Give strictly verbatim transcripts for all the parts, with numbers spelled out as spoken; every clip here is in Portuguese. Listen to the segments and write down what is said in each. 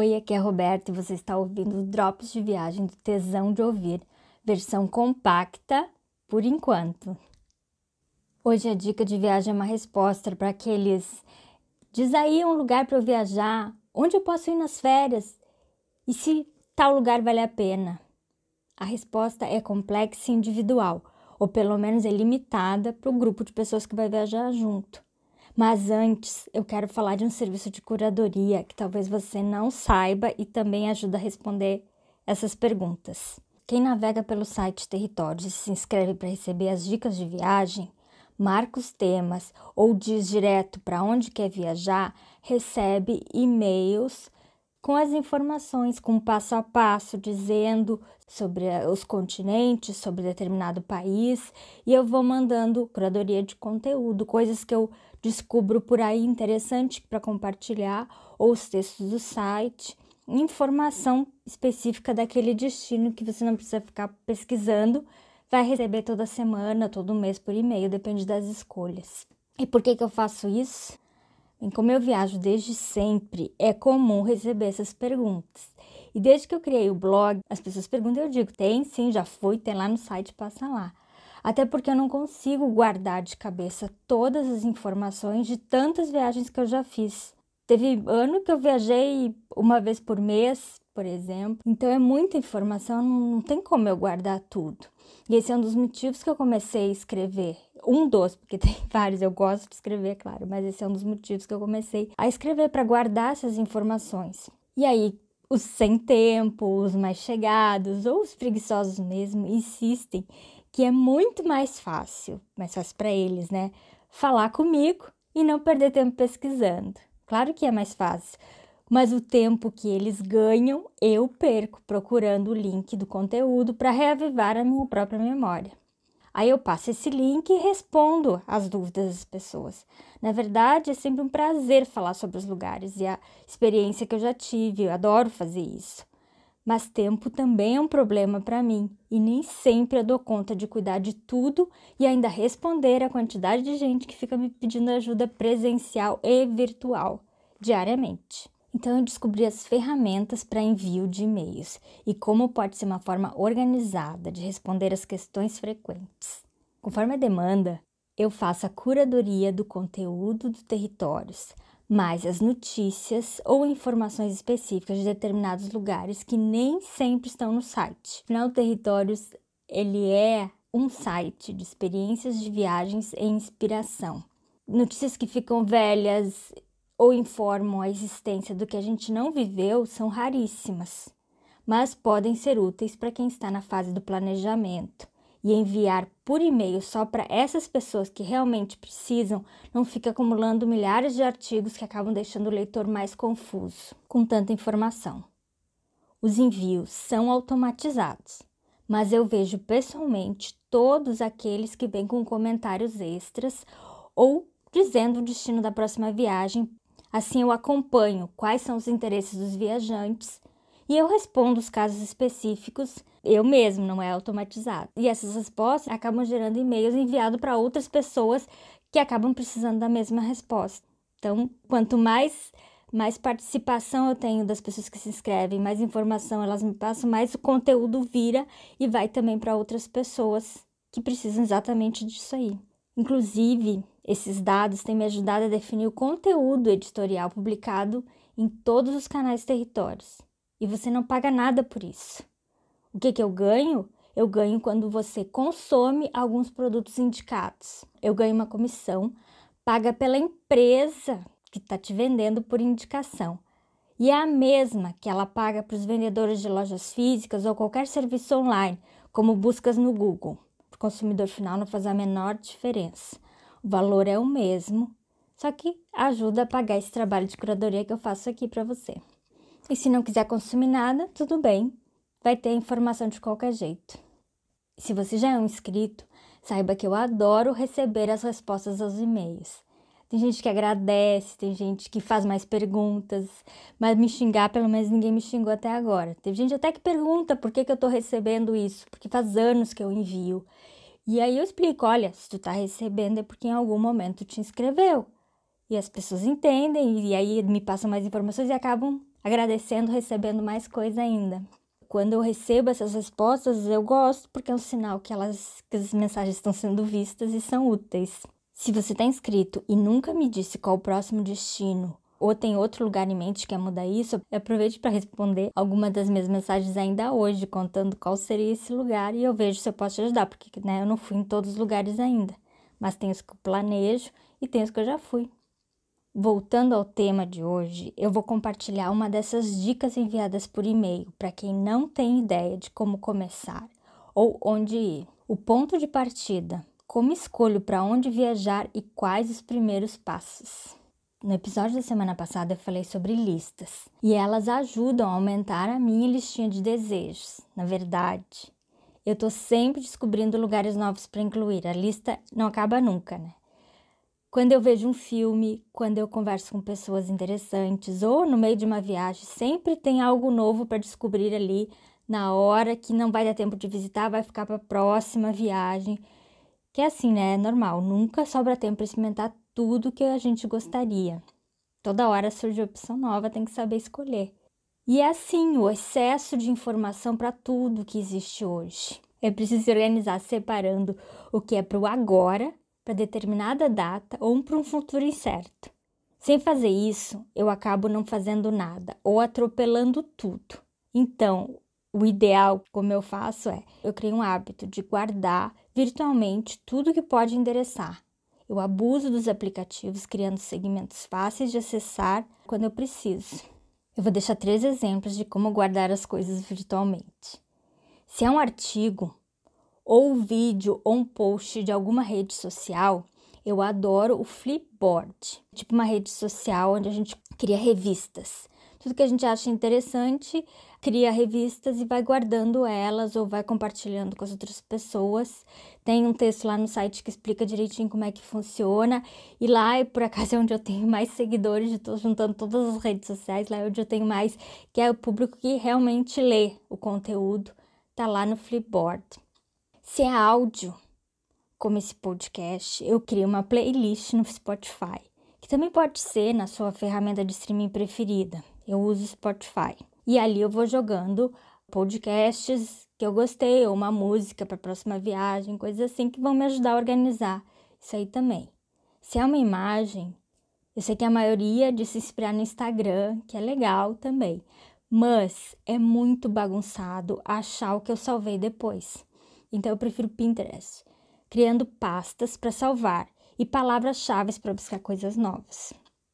Oi, aqui é a Roberta e você está ouvindo o Drops de Viagem do Tesão de Ouvir, versão compacta, por enquanto. Hoje a dica de viagem é uma resposta para aqueles: diz aí um lugar para eu viajar, onde eu posso ir nas férias e se tal lugar vale a pena. A resposta é complexa e individual, ou pelo menos é limitada para o grupo de pessoas que vai viajar junto. Mas antes, eu quero falar de um serviço de curadoria que talvez você não saiba e também ajuda a responder essas perguntas. Quem navega pelo site Territórios e se inscreve para receber as dicas de viagem, marca os temas ou diz direto para onde quer viajar, recebe e-mails com as informações, com passo a passo, dizendo sobre os continentes, sobre determinado país, e eu vou mandando curadoria de conteúdo, coisas que eu descubro por aí interessante para compartilhar, ou os textos do site, informação específica daquele destino que você não precisa ficar pesquisando, vai receber toda semana, todo mês por e-mail, depende das escolhas. E por que que eu faço isso? Bem, como eu viajo desde sempre, é comum receber essas perguntas. E desde que eu criei o blog, as pessoas perguntam, eu digo, tem sim, já foi, tem lá no site, passa lá. Até porque eu não consigo guardar de cabeça todas as informações de tantas viagens que eu já fiz. Teve ano que eu viajei uma vez por mês, por exemplo. Então é muita informação, não tem como eu guardar tudo. E esse é um dos motivos que eu comecei a escrever. Um dos, porque tem vários, eu gosto de escrever, claro, mas esse é um dos motivos que eu comecei a escrever para guardar essas informações. E aí, os sem tempo, os mais chegados ou os preguiçosos mesmo insistem que é muito mais fácil, mais fácil para eles, né? Falar comigo e não perder tempo pesquisando. Claro que é mais fácil, mas o tempo que eles ganham, eu perco procurando o link do conteúdo para reavivar a minha própria memória. Aí eu passo esse link e respondo as dúvidas das pessoas. Na verdade, é sempre um prazer falar sobre os lugares e a experiência que eu já tive, eu adoro fazer isso. Mas tempo também é um problema para mim e nem sempre eu dou conta de cuidar de tudo e ainda responder a quantidade de gente que fica me pedindo ajuda presencial e virtual diariamente. Então eu descobri as ferramentas para envio de e-mails e como pode ser uma forma organizada de responder as questões frequentes. Conforme a demanda, eu faço a curadoria do conteúdo do Territórios, mais as notícias ou informações específicas de determinados lugares que nem sempre estão no site. Afinal, o Territórios, ele é um site de experiências de viagens e inspiração. Notícias que ficam velhas ou informam a existência do que a gente não viveu são raríssimas, mas podem ser úteis para quem está na fase do planejamento. E enviar por e-mail só para essas pessoas que realmente precisam, não fica acumulando milhares de artigos que acabam deixando o leitor mais confuso com tanta informação. Os envios são automatizados, mas eu vejo pessoalmente todos aqueles que vêm com comentários extras ou dizendo o destino da próxima viagem. Assim eu acompanho quais são os interesses dos viajantes e eu respondo os casos específicos, eu mesmo, não é automatizado. E essas respostas acabam gerando e-mails enviados para outras pessoas que acabam precisando da mesma resposta. Então, quanto mais, mais participação eu tenho das pessoas que se inscrevem, mais informação elas me passam, mais o conteúdo vira e vai também para outras pessoas que precisam exatamente disso aí. Inclusive, esses dados têm me ajudado a definir o conteúdo editorial publicado em todos os canais Territórios. E você não paga nada por isso. O que que eu ganho? Eu ganho quando você consome alguns produtos indicados. Eu ganho uma comissão paga pela empresa que está te vendendo por indicação. E é a mesma que ela paga para os vendedores de lojas físicas ou qualquer serviço online, como buscas no Google. Para o consumidor final não faz a menor diferença. O valor é o mesmo, só que ajuda a pagar esse trabalho de curadoria que eu faço aqui para você. E se não quiser consumir nada, tudo bem, vai ter informação de qualquer jeito. Se você já é um inscrito, saiba que eu adoro receber as respostas aos e-mails. Tem gente que agradece, tem gente que faz mais perguntas, mas me xingar, pelo menos ninguém me xingou até agora. Teve gente até que pergunta por que que eu tô recebendo isso, porque faz anos que eu envio. E aí eu explico, olha, se tu tá recebendo é porque em algum momento te inscreveu. E as pessoas entendem, e aí me passam mais informações e acabam agradecendo, recebendo mais coisa ainda. Quando eu recebo essas respostas, eu gosto porque é um sinal que, elas, que as mensagens estão sendo vistas e são úteis. Se você está inscrito e nunca me disse qual o próximo destino, ou tem outro lugar em mente que quer mudar isso, aproveite para responder alguma das minhas mensagens ainda hoje, contando qual seria esse lugar, e eu vejo se eu posso te ajudar, porque né, eu não fui em todos os lugares ainda, mas tem os que eu planejo e tem os que eu já fui. Voltando ao tema de hoje, eu vou compartilhar uma dessas dicas enviadas por e-mail para quem não tem ideia de como começar ou onde ir. O ponto de partida, como escolho para onde viajar e quais os primeiros passos. No episódio da semana passada eu falei sobre listas e elas ajudam a aumentar a minha listinha de desejos. Na verdade, eu tô sempre descobrindo lugares novos para incluir. A lista não acaba nunca, né? Quando eu vejo um filme, quando eu converso com pessoas interessantes ou no meio de uma viagem, sempre tem algo novo para descobrir ali na hora que não vai dar tempo de visitar, vai ficar para a próxima viagem. Que é assim, né? É normal, nunca sobra tempo para experimentar tudo que a gente gostaria. Toda hora surge opção nova, tem que saber escolher. E é assim, o excesso de informação para tudo que existe hoje. É preciso se organizar separando o que é para o agora, para determinada data ou para um futuro incerto. Sem fazer isso, eu acabo não fazendo nada ou atropelando tudo. Então, o ideal, como eu faço, é eu crio um hábito de guardar virtualmente tudo que pode endereçar. Eu abuso dos aplicativos, criando segmentos fáceis de acessar quando eu preciso. Eu vou deixar três exemplos de como guardar as coisas virtualmente. Se é um artigo, ou um vídeo, ou um post de alguma rede social, eu adoro o Flipboard. Tipo uma rede social onde a gente cria revistas. Tudo que a gente acha interessante, cria revistas e vai guardando elas ou vai compartilhando com as outras pessoas. Tem um texto lá no site que explica direitinho como é que funciona. E lá, por acaso, é onde eu tenho mais seguidores, estou juntando todas as redes sociais, lá é onde eu tenho mais, que é o público que realmente lê o conteúdo, tá lá no Flipboard. Se é áudio, como esse podcast, eu crio uma playlist no Spotify, que também pode ser na sua ferramenta de streaming preferida. Eu uso Spotify. E ali eu vou jogando podcasts que eu gostei, ou uma música para a próxima viagem, coisas assim que vão me ajudar a organizar isso aí também. Se é uma imagem, eu sei que a maioria de se inspirar no Instagram, que é legal também, mas é muito bagunçado achar o que eu salvei depois. Então eu prefiro Pinterest, criando pastas para salvar e palavras-chave para buscar coisas novas.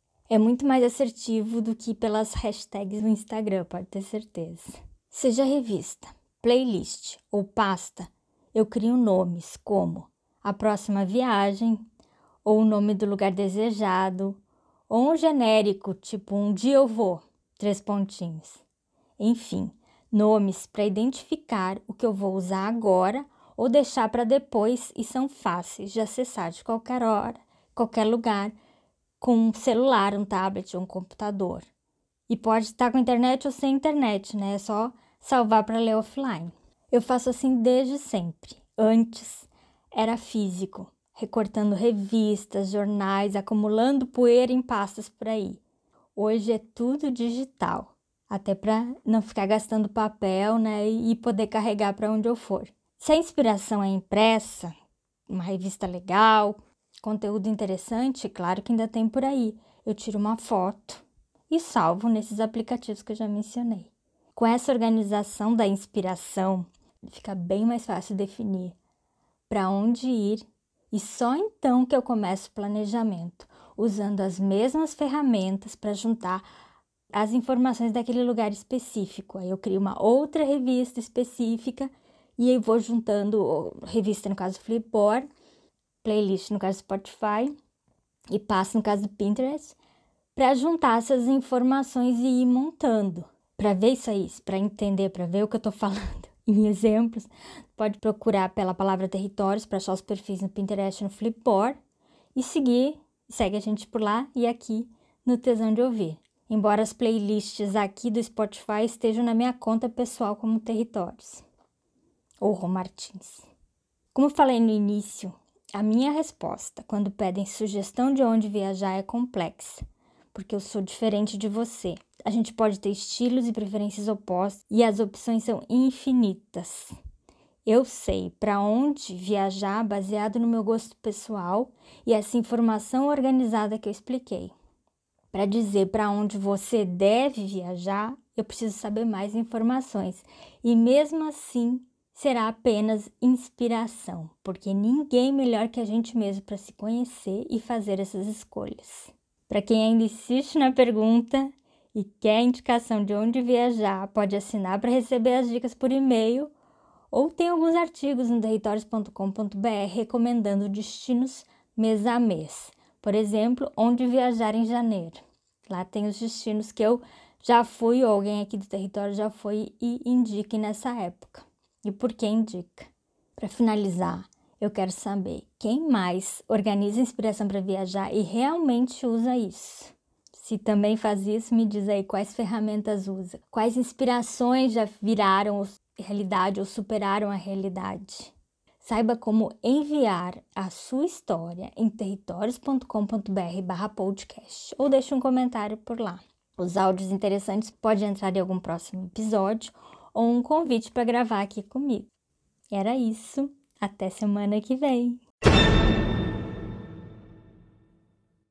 É muito mais assertivo do que pelas hashtags no Instagram, pode ter certeza. Seja revista, playlist ou pasta, eu crio nomes como a próxima viagem, ou o nome do lugar desejado, ou um genérico, tipo um dia eu vou, três pontinhos. Enfim, nomes para identificar o que eu vou usar agora ou deixar para depois e são fáceis de acessar de qualquer hora, qualquer lugar, com um celular, um tablet ou um computador. E pode estar com internet ou sem internet, né? É só salvar para ler offline. Eu faço assim desde sempre. Antes era físico, recortando revistas, jornais, acumulando poeira em pastas por aí. Hoje é tudo digital, até para não ficar gastando papel, né? E poder carregar para onde eu for. Se a inspiração é impressa, uma revista legal, conteúdo interessante, claro que ainda tem por aí. Eu tiro uma foto e salvo nesses aplicativos que eu já mencionei. Com essa organização da inspiração, fica bem mais fácil definir para onde ir e só então que eu começo o planejamento, usando as mesmas ferramentas para juntar as informações daquele lugar específico. Aí eu crio uma outra revista específica e aí vou juntando revista, no caso Flipboard, playlist, no caso Spotify, e passo, no caso do Pinterest, para juntar essas informações e ir montando. Para ver isso aí, para entender, para ver o que eu estou falando em exemplos, pode procurar pela palavra territórios para achar os perfis no Pinterest e no Flipboard e seguir, segue a gente por lá e aqui no Tesão de Ouvir. Embora as playlists aqui do Spotify estejam na minha conta pessoal como Territórios, ou Rô Martins. Como falei no início, a minha resposta quando pedem sugestão de onde viajar é complexa, porque eu sou diferente de você. a gente pode ter estilos e preferências opostos e as opções são infinitas. Eu sei para onde viajar baseado no meu gosto pessoal e essa informação organizada que eu expliquei. Para dizer para onde você deve viajar, eu preciso saber mais informações. E mesmo assim, será apenas inspiração, porque ninguém melhor que a gente mesmo para se conhecer e fazer essas escolhas. Para quem ainda insiste na pergunta e quer indicação de onde viajar, pode assinar para receber as dicas por e-mail ou tem alguns artigos no territórios ponto com ponto b r recomendando destinos mês a mês. Por exemplo, onde viajar em janeiro. Lá tem os destinos que eu já fui ou alguém aqui do território já foi e indique nessa época. E por que indica? Para finalizar, eu quero saber quem mais organiza inspiração para viajar e realmente usa isso. Se também faz isso, me diz aí quais ferramentas usa, quais inspirações já viraram realidade ou superaram a realidade. Saiba como enviar a sua história em territórios ponto com ponto b r barra podcast ou deixe um comentário por lá. Os áudios interessantes podem entrar em algum próximo episódio ou um convite para gravar aqui comigo. Era isso. Até semana que vem!